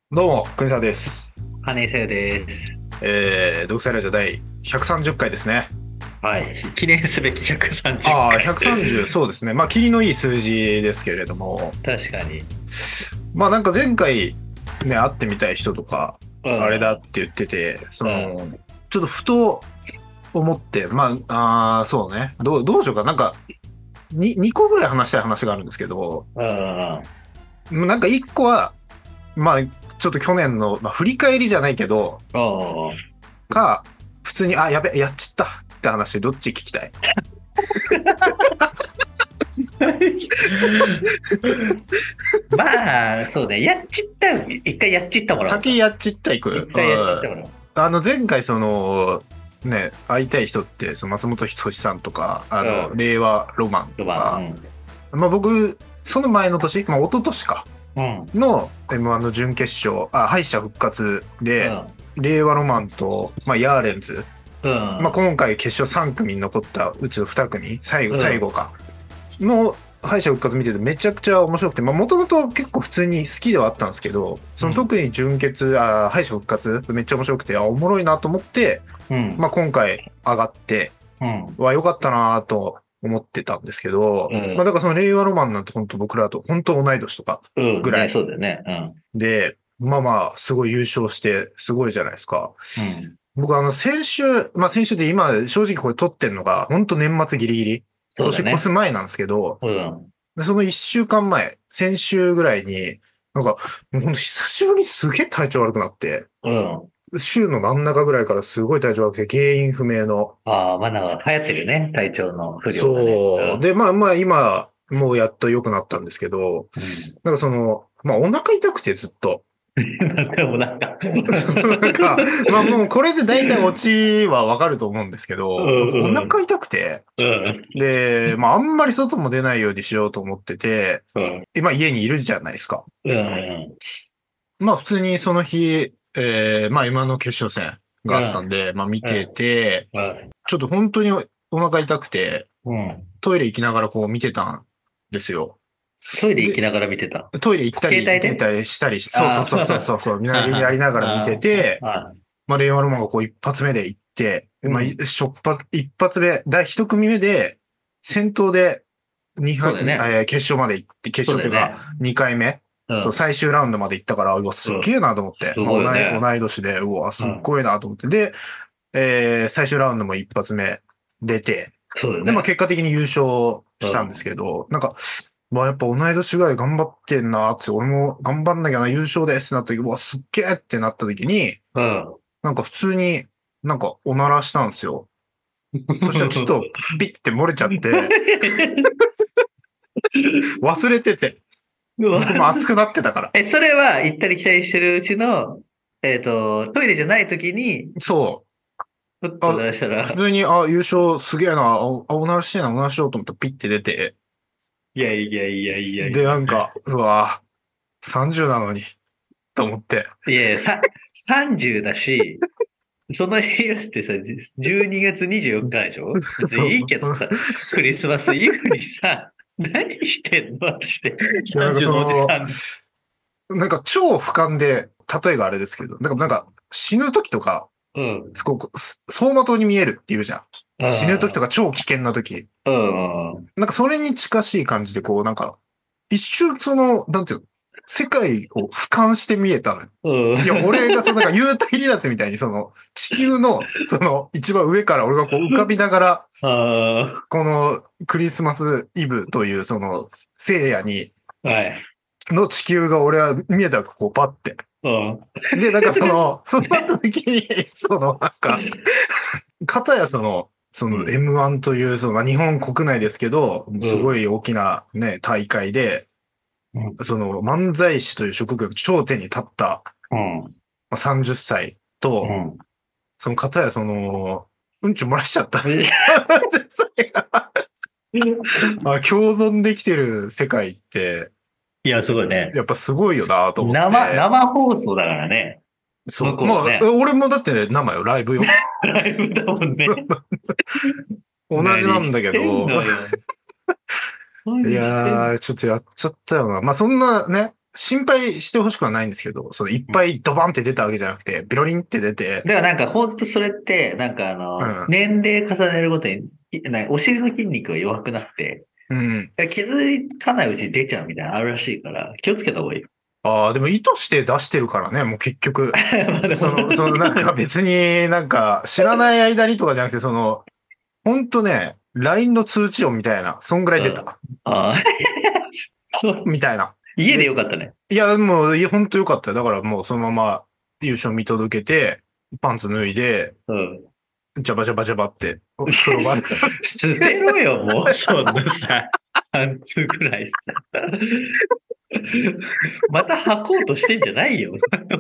どうも、国沢です。 羽井さやです。 独裁ラジオ第130回ですね。 はい。記念すべき130 ああ、 回。 130、そうですね。まあ、切りのいい数字ですけれども、 確かに。 まあ、なんか前回、ね、会ってみたい人とか、 うん。 あれだって言ってて、 うん。 ちょっとふと思って、まあ、そうね。どうしようか。なんか、2個ぐらい話したい話があるんですけど、 うん。 なんか1個は、まあ、ちょっと去年の、まあ、振り返りじゃないけど、 うん。 か、普通に、あ、やべ、やっちったって話、どっち聞きたい？ まあ、そうね。一回やっちったもらおうか。 先やっちったいく。 一回やっちったもらおう。 前回ね、会いたい人って、松本人志さんとか、 うん。 令和ロマンロマとか、 ン。 まあ僕、その前の年、まあ一昨年か、 うん。 の M1 の準決勝、敗者復活で、 うん。 令和ロマンと、まあヤーレンズ、 うまあん。 今回決勝3組に残ったうちの2組、 うん。 最後か、の敗者復活見ててめちゃくちゃ面白くて、まあもともと結構普通に好きではあったんですけど、そのうん。 特に敗者復活めっちゃ面白くて、おもろいなと思って、 うん。 まあ今回上がって、 うん。 良かったなと思ってたんですけど、まあだからその令和ロマンなんて本当僕らと本当同い年とかうん。ね、 ぐらいそうだよね。 で、まあまあすごい優勝してすごいじゃないですか。 うん。うん。 僕先週で今正直これ撮ってんのが本当年末ギリギリ、年越すそうだね。 前なんですけど、 うん。 でその一週間前、先週ぐらいに、なんか、もうほんと久しぶりにすげえ体調悪くなって、 うん。 週の真ん中ぐらいからすごい体調悪くて、原因不明の。 ああ、まあなんか流行ってるよね。体調の不良がね。うそう。 ん。 で、まあまあ今、もうやっと良くなったんですけど、 うん。 なんかまあお腹痛くてずっと。 でもなんかなんか、まあもうこれで大体オチはわかると思うんですけうど、なんかおんうん。 腹痛くて、 うん。 で、まああんまり外も出ないようにしようと思ってて、 うん。 今家にいるじゃないですか。 うん。 まあ普通にその日、まあ今の決勝戦があったんうん。 で、まあ見てうん。 て、 うん。 ちょっと本当にお腹痛くて、 うん。 トイレ行きながらこう見てたんですよ。 トイレ行きで、 ながら見てた。 トイレ行ったり携帯で。 出たりしたりそうそうあそうそうそうそう、やりあ、 ながら見てあて、 あ、ああ、 まあ令和ロマンがこう一発目で行って、まあうん。 一発目、一組目で、先頭で二杯、 そうだよね。 決勝まで行って、決勝というかそうだよね。 2回目、そう、 うん。 最終ラウンドまで行ったから、うわ、すっうん。 げえなと思って、 すまあごいよね。 同い年で、うわ、すっうん。 ごいなと思って、で、最終ラウンドも一発目出て、で、まあそうだよね。 結果的に優勝したんですうん。 けど、なんか、まあやっぱ同い年ぐらい頑張ってんなって、俺も頑張んなきゃな、優勝ですってなった時、うわ、すっげえってなった時に、 うん。 なんか普通になんかおならしたんですよ。そしたらちょっとピッて漏れちゃって、忘れてて、 うわ。 僕も熱くなってたから。 それは行ったり来たりしてるうちの、トイレじゃない時に、 そう。 ふっと鳴らしたら、 普通に、優勝すげえな、おならしてえな、おならしようと思ったらピッて出て、 いやいやいやいやいで、 や。 なんか、うわ30なのに、と思って。 いやいや、30だし、その映画ってさ、12月24日でしょ？別にいいそう。 けどさ、クリスマスイブにさ、何してんのって、 いや、なんか 30のおじさん。 なんか超俯瞰で、例えがあれですけど、なんか死ぬ時とか、 うん。 走馬灯に見えるって言うじゃん。死ぬ時とあか超危険な時。 あ、うん。 なんかそれに近しい感じで、こう、なんか、一瞬なんていうの、世界を俯瞰して見えたのよ。 ういや、俺がん。 なんか幽体離脱みたいに、地球の、一番上から俺がこう浮かびながら、 あこのクリスマスイブという聖夜あ、はい。 の地球が俺は見えたらこうパッて。 うん。 で、なんかそうなった時に、なんか、かたやうん。 M1 という、まあ日本国内ですけど、すごうん。 い大きなね、大会で、 うん。 漫才師という職業の頂点に立ったうん。 まあ30歳と、 うん。 その方やうんち漏らしちゃったい 30歳が、共存できてる世界って、 や、すごいね。 やっぱすごいよなと思って。 生放送だからね。向そう。まあ、 こうはね。 俺もだって生よ、ライブよ。 ライブだもんね。 同じなんだけ何してんど、 のよ。 い何してんの？ やー、ちょっとやっちゃったよな。まあそんなね、 心配してほしくはないんですけど、そのいっぱいドバンって出たわけじゃなくて、ビロリンって出て、 だからなんかほんとそれって、なんかうん。 年齢重ねるごとに、お尻の筋肉が弱くなって、 うん。 気づかないうちに出ちゃうみたいなのあるらしいから、気をつけた方がいいよ。 ああ、でも意図して出してるからね、もう結局。 まあでも、 そのなんか別になんか知らない間にとかじゃなくて、ほんとね、LINE の通知音みたいな、そんぐらいうん。 出た。 ああ、そうみたいな。 家でで、 よかったね。 いや、もう、いや、ほんとよかったよ。だからもうそのまま優勝見届けて、パンツ脱いで、 うん。 ジャバジャバジャバって、風呂場で。 捨てろよ、もう、そんなさ、パンツぐらいさ。また履こうとしてんじゃないよ。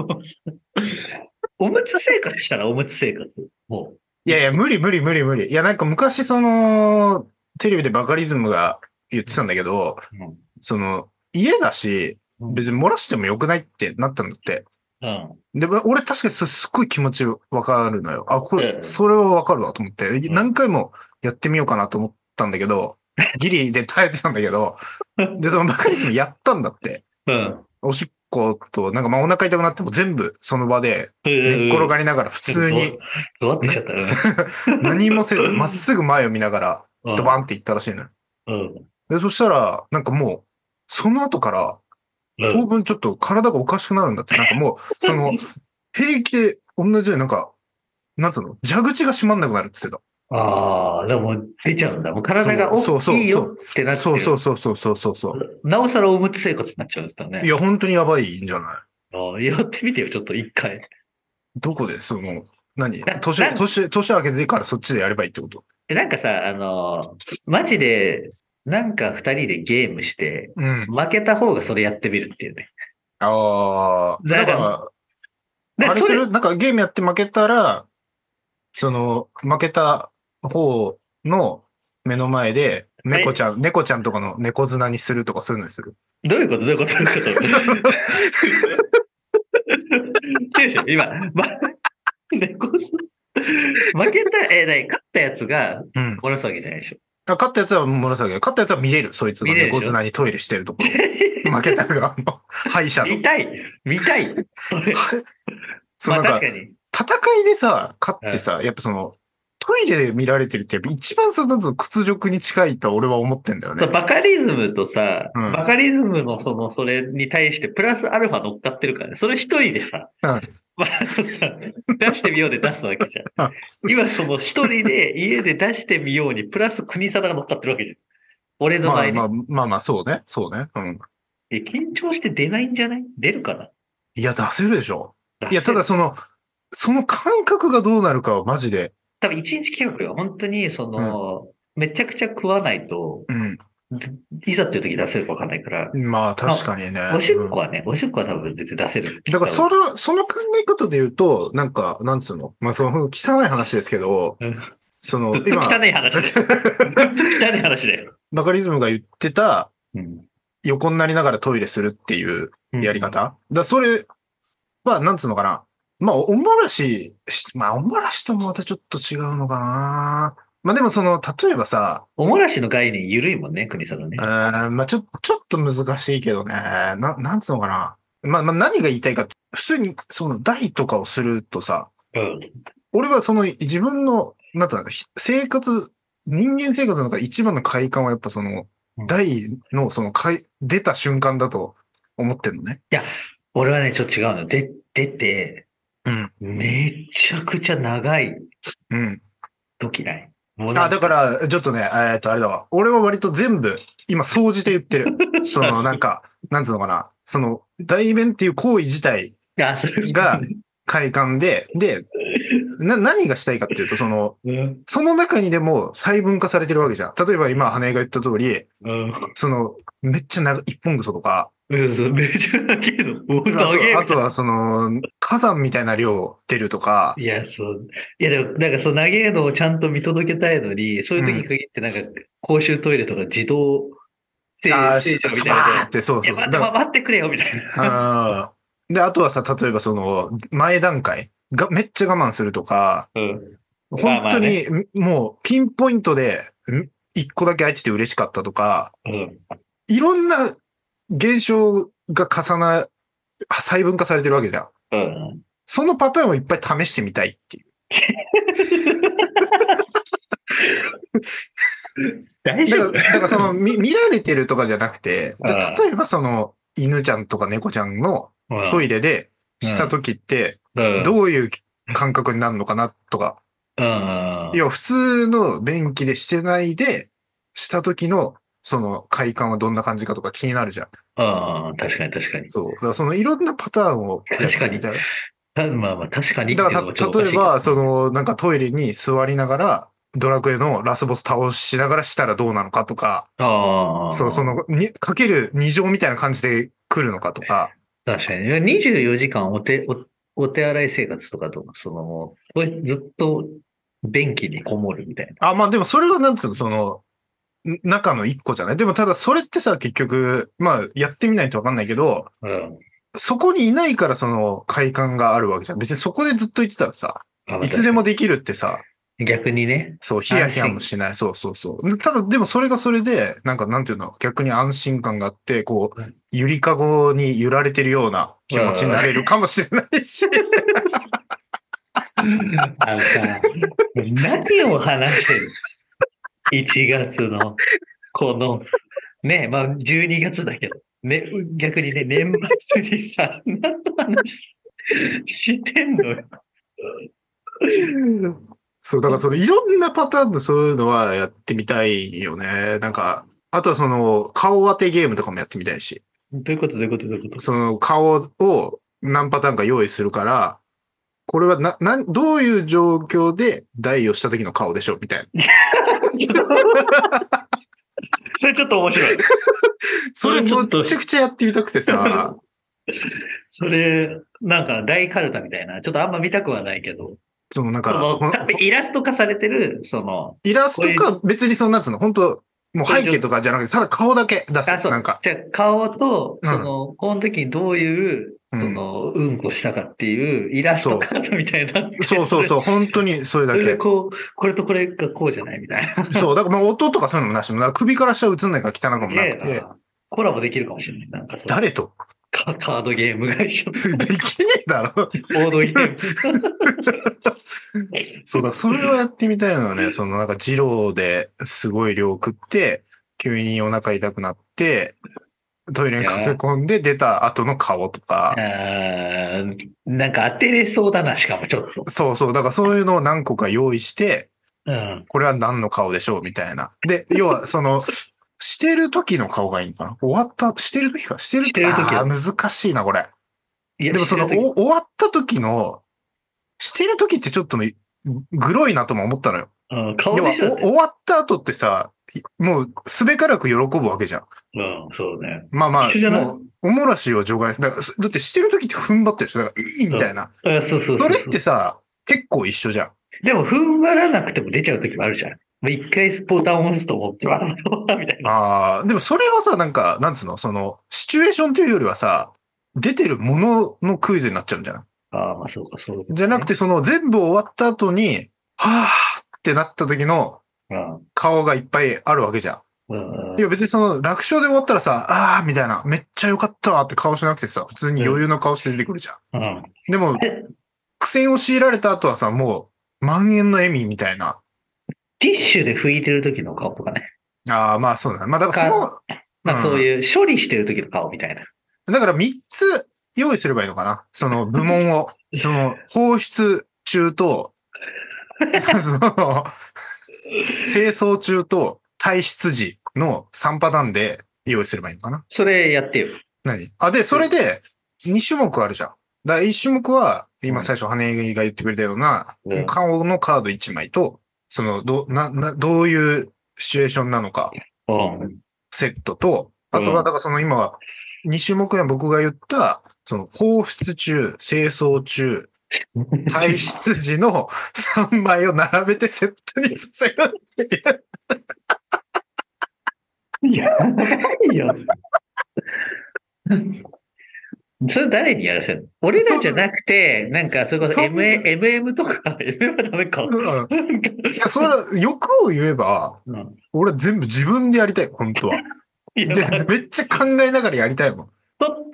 おむつ生活したらおむつ生活。もう、 いやいや、 いっそ。 無理無理無理無理。いや、なんか昔テレビでバカリズムが言ってたんだけど、 うん家だし、 うん。 別に漏らしてもよくないってなったんだって。 うん。 で、俺確かにすっごい気持ちわかるのよ。あ、 うん。 それはわかるわと思って、 うん。 何回もやってみようかなと思ったんだけど、ギリで耐えてたんだけど、で、そのバカリズムやったんだって。 うん。 おしっこと、なんかまあお腹痛くなっても全部その場でう寝っ転ん。 がりながら普通に、 ゾワってしちなゃった。うん。 何もせず、まっすぐ前を見ながら、 うん。 ドバンって行ったらしいのよ。 うん。 で、そしたら、なんかもう、その後から、当うん。 分ちょっと体がおかしくなるんだって。なんかもう、平気で同じようになんか、なんつうの、蛇口が閉まんなくなるって言ってた。 ああ、でも出ちゃうんだ。もう体が、 そういいそうそう。 よってなっそうそうてる。 そうそうそうそうそなおさらおむつ生活になっちゃうんですかう。いね。 や、本当にやばいんじゃない？ ああ、やってみてよ、ちょっと一回。 どこで、何な、なん、 年明けてからそっちでやればいいってこと？ なんかさ、マジで、なんか二人でゲームして、 うん。 負けた方がそれやってみるっていうね。 ああ、だなんか、 から、あれそれ、 なんかゲームやって負けたら、負けた方の目の前で、 え、 猫ちゃんとかの猫綱にするとかそういうのにする。 どういうことちょっと。違うでしょ、今、猫負けた、勝ったやつが、 うん。 漏らすわけじゃないでしょ。 勝ったやつは紫で、勝ったやつは見れる。そいつが猫見れるでしょ。 綱にトイレしてるところを。負けた側の、敗者の。 見たい見たいそれ。まあなんか、 確かに。 戦いでさ、勝うん。 ってさ、やっぱトイレで見られてるって、やっぱ一番なんつうの屈辱に近いと俺は思ってんだよね。 バカリズムとさ、 うん。 バカリズムのそれに対してプラスアルファ乗っかってるからね。それ一人でさ、 うん。 まあさ、出してみようで出すわけじゃん。今その一人で家で出してみように、プラス国定が乗っかってるわけじゃん。俺の場合ね。 そうね。そうね。うん。 緊張して出ないんじゃない？出るかな？ いや、出せるでしょ。いや、ただ出せる。 その感覚がどうなるかはマジで。 多分一日計画よ。本当に、 うん。 めちゃくちゃ食わないと、 ういざっていう時出せるかわかんないから、 ん。まあ、 まあ、 確かにね。 おしっうん。 こはね、おしっこは多分別に出せる。 だから、 だろう。 その考え方で言うと、なんか、なんつうの、まあ、汚い話ですけど、 うん。ずっと汚今、 い話だよ。ずっと汚い話だよ。 バカリズムが言ってた、 うん。 横になりながらトイレするっていううん。 やり方。それは、なんつうのかな。まあ、おもらしともまたちょっと違うのかな。まあでも例えばさ、 おもらしの概念緩いもんね、国定ね。 まあちょっと難しいけどね。なんつうのかな。まあ何が言いたいかって、普通に台とかをするとさ、 うん。 俺は自分の、なんていうの、人間生活の中で一番の快感はやっぱうん。い台の出た瞬間だと思ってんのね。 や、俺はね、ちょっと違うの。出て、 うん。 めちゃくちゃ長いうん。 時ない。もうなあ、 んか、 だから、ちょっとね、あれだわ。俺は割と全部、今、総じて言ってる。 さ、 なんか、なんつうのかな。代弁っていう行為自体それ、 が快感で、何がしたいかっていうと、 うん。 その中にでも細分化されてるわけじゃん。例えば今、羽江が言った通り、 うん。 めっちゃ長い、一本草とか、 そうめちゃ長いの。もう長あとはえみたいな。 火山みたいな量出るとか、 いや、そう。いや、でも、なんかそう、長えのをちゃんと見届けたいのに、そういう時にうん。 限って、なんか、公衆トイレとか自動清浄みスたいなので、 パーって、そういや、 そう。だか待ってくれよ、みたいな。 ら、で、あとはさ、例えば前段階めっちゃ我慢するとか、 うん。まあ本当に、 まあね。 もう、ピンポイントで、一個だけ空いてて嬉しかったとか、 うん。 いろんな現象が細分化されてるわけじゃん。 うん。 そのパターンをいっぱい試してみたいっていう。 大丈夫？ だからその見られてるとかじゃなくて、じゃあうん例えばその犬ちゃんとか猫ちゃんのトイレでした時って、どういう感覚になるのかなとか。いや、普通の便器でしてないで、した時のその快感はどんな感じかとか気になるじゃん。 ああ、確かに確かに。 そう。だからそのいろんなパターンをやってみたい。 まあまあ確かにってだかいうのもちょっとおら例えば、 かしいけど。 そのなんかトイレに座りながら、ドラクエのラスボス倒しながらしたらどうなのかとか、そう、 ああ、 かける2乗みたいな感じで来るのかとか。 確かに。24時間お手洗い生活とかと、これずっと便器にこもるみたいな。 あ、まあでもそれはなんつうの、中の一個じゃない。でもただそれってさ、結局、まあやってみないとわかんないけど、 うん。 そこにいないからその快感があるわけじゃん。別にそこでずっといてたらさ、 あ、まあいつでもできるってさ、 逆にね、 そう、ヒヤヒヤも安心。 しない。そうそうそう。ただ、でもそれがそれで、なんかなんていうの、逆に安心感があって、こう、ゆりかごに揺られてるような気持ちになれるかもしれないし。 あのさ、何を話してる？ 1 月の、この、ね、まあ12月だけど、ね、逆にね、年末にさ、何の話してんのよ。 そう、だからそのいろんなパターンのそういうのはやってみたいよね。なんか、あとはその顔当てゲームとかもやってみたいし、 どういうことどういうことどういうこと？ その顔を何パターンか用意するから、これはどういう状況で代をした時の顔でしょうみたいな。 それちょっと面白い。 それめちゃくちゃやってみたくてさ。 それ、なんか大カルタみたいな。ちょっとあんま見たくはないけど。 なんか、 イラスト化されてる、 イラストか別にそんなつの、本当もう背景とかじゃなくて、ただ顔だけ出す。 あ、そう。 なんか。 じゃあ顔と、 うん。 この時にどういう、うんこしたかっていうイラストカードみたいな。 そうそうそう、本当にそれだそれでけ。 これとこれがこうじゃないみたいな。 そう、だからまあ音とかそういうのもなしも、首から下映んないから汚くもなくて。 コラボできるかもしれない。なんか誰とカードゲーム会社。 できねえだろ。 ボードゲーム。 そうだ、それをやってみたいのはね、なんか二郎ですごい量食って、急にお腹痛くなって、トイレに駆け込んで出た後の顔とか。 なんか当てれそうだな、しかもちょっと。 そうそう。だからそういうのを何個か用意して、 うん。 これは何の顔でしょうみたいな。で、要はしてる時の顔がいいのかな終わしてる時かしてる時難しいな、これ。 いや、 でも終わった時の、してる時ってちょっとグロいなとも思ったのよ。 顔でしょ。 終わった後ってさ、もうすべからく喜ぶわけじゃん。 うん、そうね。 まあまあ、もう、おもらしを除外する。だってしてる時って踏ん張ってるでしょ。だから、いいみたいな。それってさ、結構一緒じゃん。 でも、踏ん張らなくても出ちゃう時もあるじゃん。一回ボタンを押すと思って、みたいな。 ああ、でもそれはさ、なんか、なんつうの、シチュエーションというよりはさ、出てるもののクイズになっちゃうんじゃない？ ああ、まあそうか、そういうことね。 じゃなくて、全部終わった後に、はぁってなった時の顔がいっぱいあるわけじゃん。いや別に楽勝で終わったらさ、あーみたいな、めっちゃ良かったわって顔しなくてさ、普通に余裕の顔して出てくるじゃん。でも、苦戦を強いられた後はさ、もう、万円の笑みみたいな。 ティッシュで拭いてる時の顔とかね。 ああ、まあそうだね。まあだからまあそういう処理してる時の顔みたいな。 だから3つ用意すればいいのかな部門を。放出中と、清掃中と退出時の3パターンで用意すればいいのかな。 それやってよ。 何？で、それで2種目あるじゃん。だから1種目は、今最初羽根が言ってくれたような、顔のカード1枚と、どういうシチュエーションなのか、セットと、あとは、だから今、2種目目は僕が言った、放出中、清掃中、退出時の3枚を並べてセットにさせるっていう。 やばいよ。それ誰にやらせるの？俺らじゃなくて、なんか、それこそ MM とか、MM はダメか。 いや、それは欲を言えば、俺は全部自分でやりたい、本当は。で、めっちゃ考えながらやりたいもん。 取っ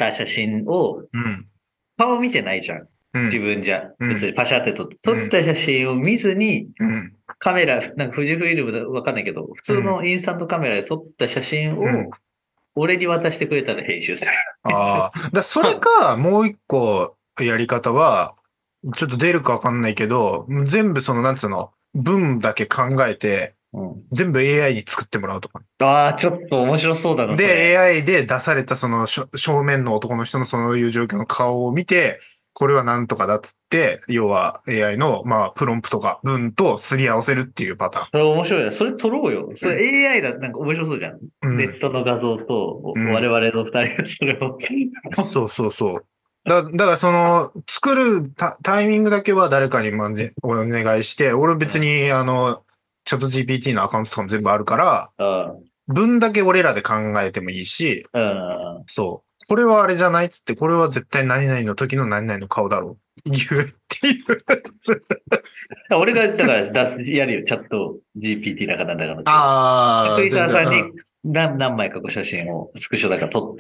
った写真を、顔見てないじゃん。自分じゃ。別にパシャって撮った写真を見ずに、カメラ、なんか富士フイルムだわかんないけど、普通のインスタントカメラで撮った写真を、俺に渡してくれたら編集する。 ああ。それか、もう一個やり方は、ちょっと出るかわかんないけど、全部なんつうの、文だけ考えて、全部 AI に作ってもらうとか。 ああ、ちょっと面白そうだな。 で、AI で出された正面の男の人のそういう状況の顔を見て、これはなんとかだっつって、要は AI の、プロンプトが文とすり合わせるっていうパターン。 それ面白いな。それ撮ろうよ。それ AI だ、なんか面白そうじゃん。ネットの画像と、我々の二人がそれを。 そうそうそう。だから作るタイミングだけは誰かにお願いして、俺別にチャット GPT のアカウントとかも全部あるから、文だけ俺らで考えてもいいし、そう。これはあれじゃないっつって、これは絶対何々の時の何々の顔だろう。言うっていう。 俺が、だからやるよ。チャット GPT だかなんだかの。 ああ。 クリスターさんに何枚か写真をスクショだから撮って、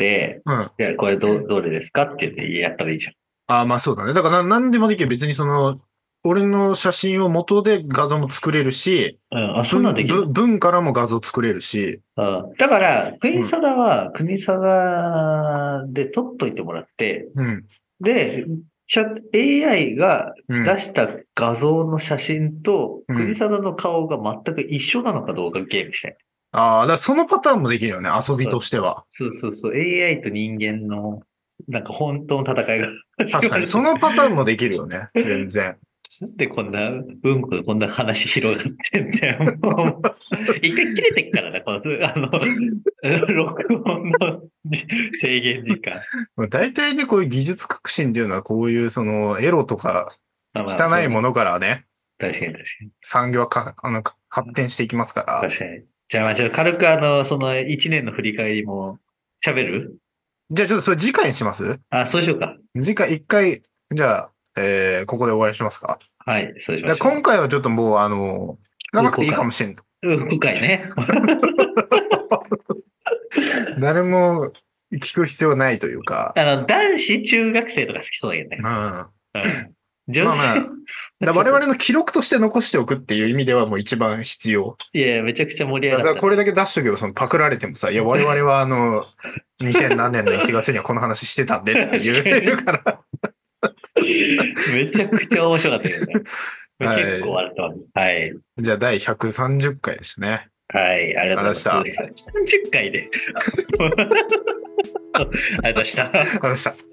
いや、これどれですかって言ってやったらいいじゃん。 ああ、そうだね。だから何でもできる。別に俺の写真を元で画像も作れるし、 そんなんできる。 文からも画像作れるし。 だから、国定は国定で撮っといてもらって、で、AI が出した画像の写真と、国定の顔が全く一緒なのかどうかゲームしたい。 ああ、だからそのパターンもできるよね。遊びとしては。 そうそうそう。AI と人間の、なんか本当の戦いが。 確かに、そのパターンもできるよね。全然。 なんでこんな、うんこでこんな話広がってんだよ。もう一回切れてっからな、この、録音の制限時間。 大体ね、こういう技術革新っていうのは、こういうエロとか、汚いものからね。 確かに確かに。 産業は発展していきますから。 確かに。じゃあ、ちょっと軽くその1年の振り返りも喋る？ じゃあちょっとそれ次回にします？ そうしようか。 次回一回、じゃあ、ここで終わりしますか？ はい、そうしましょう。 今回はちょっともう、聞かなくていいかもしれん。 今回ね。 誰も聞く必要ないというか。 男子中学生とか好きそうだけどね。女子。 我々の記録として残しておくっていう意味ではもう一番必要。 いや、めちゃくちゃ盛り上がった。 これだけ出しとけばパクられてもさ、いや、我々は2000何年の1月にはこの話してたんでって言えるから。 めちゃくちゃ面白かったけどね。結構あると思う。はい。 じゃあ第130回でしたね。 はい、ありがとうございました。130回で。ありがとうございました。 ありがとうございました。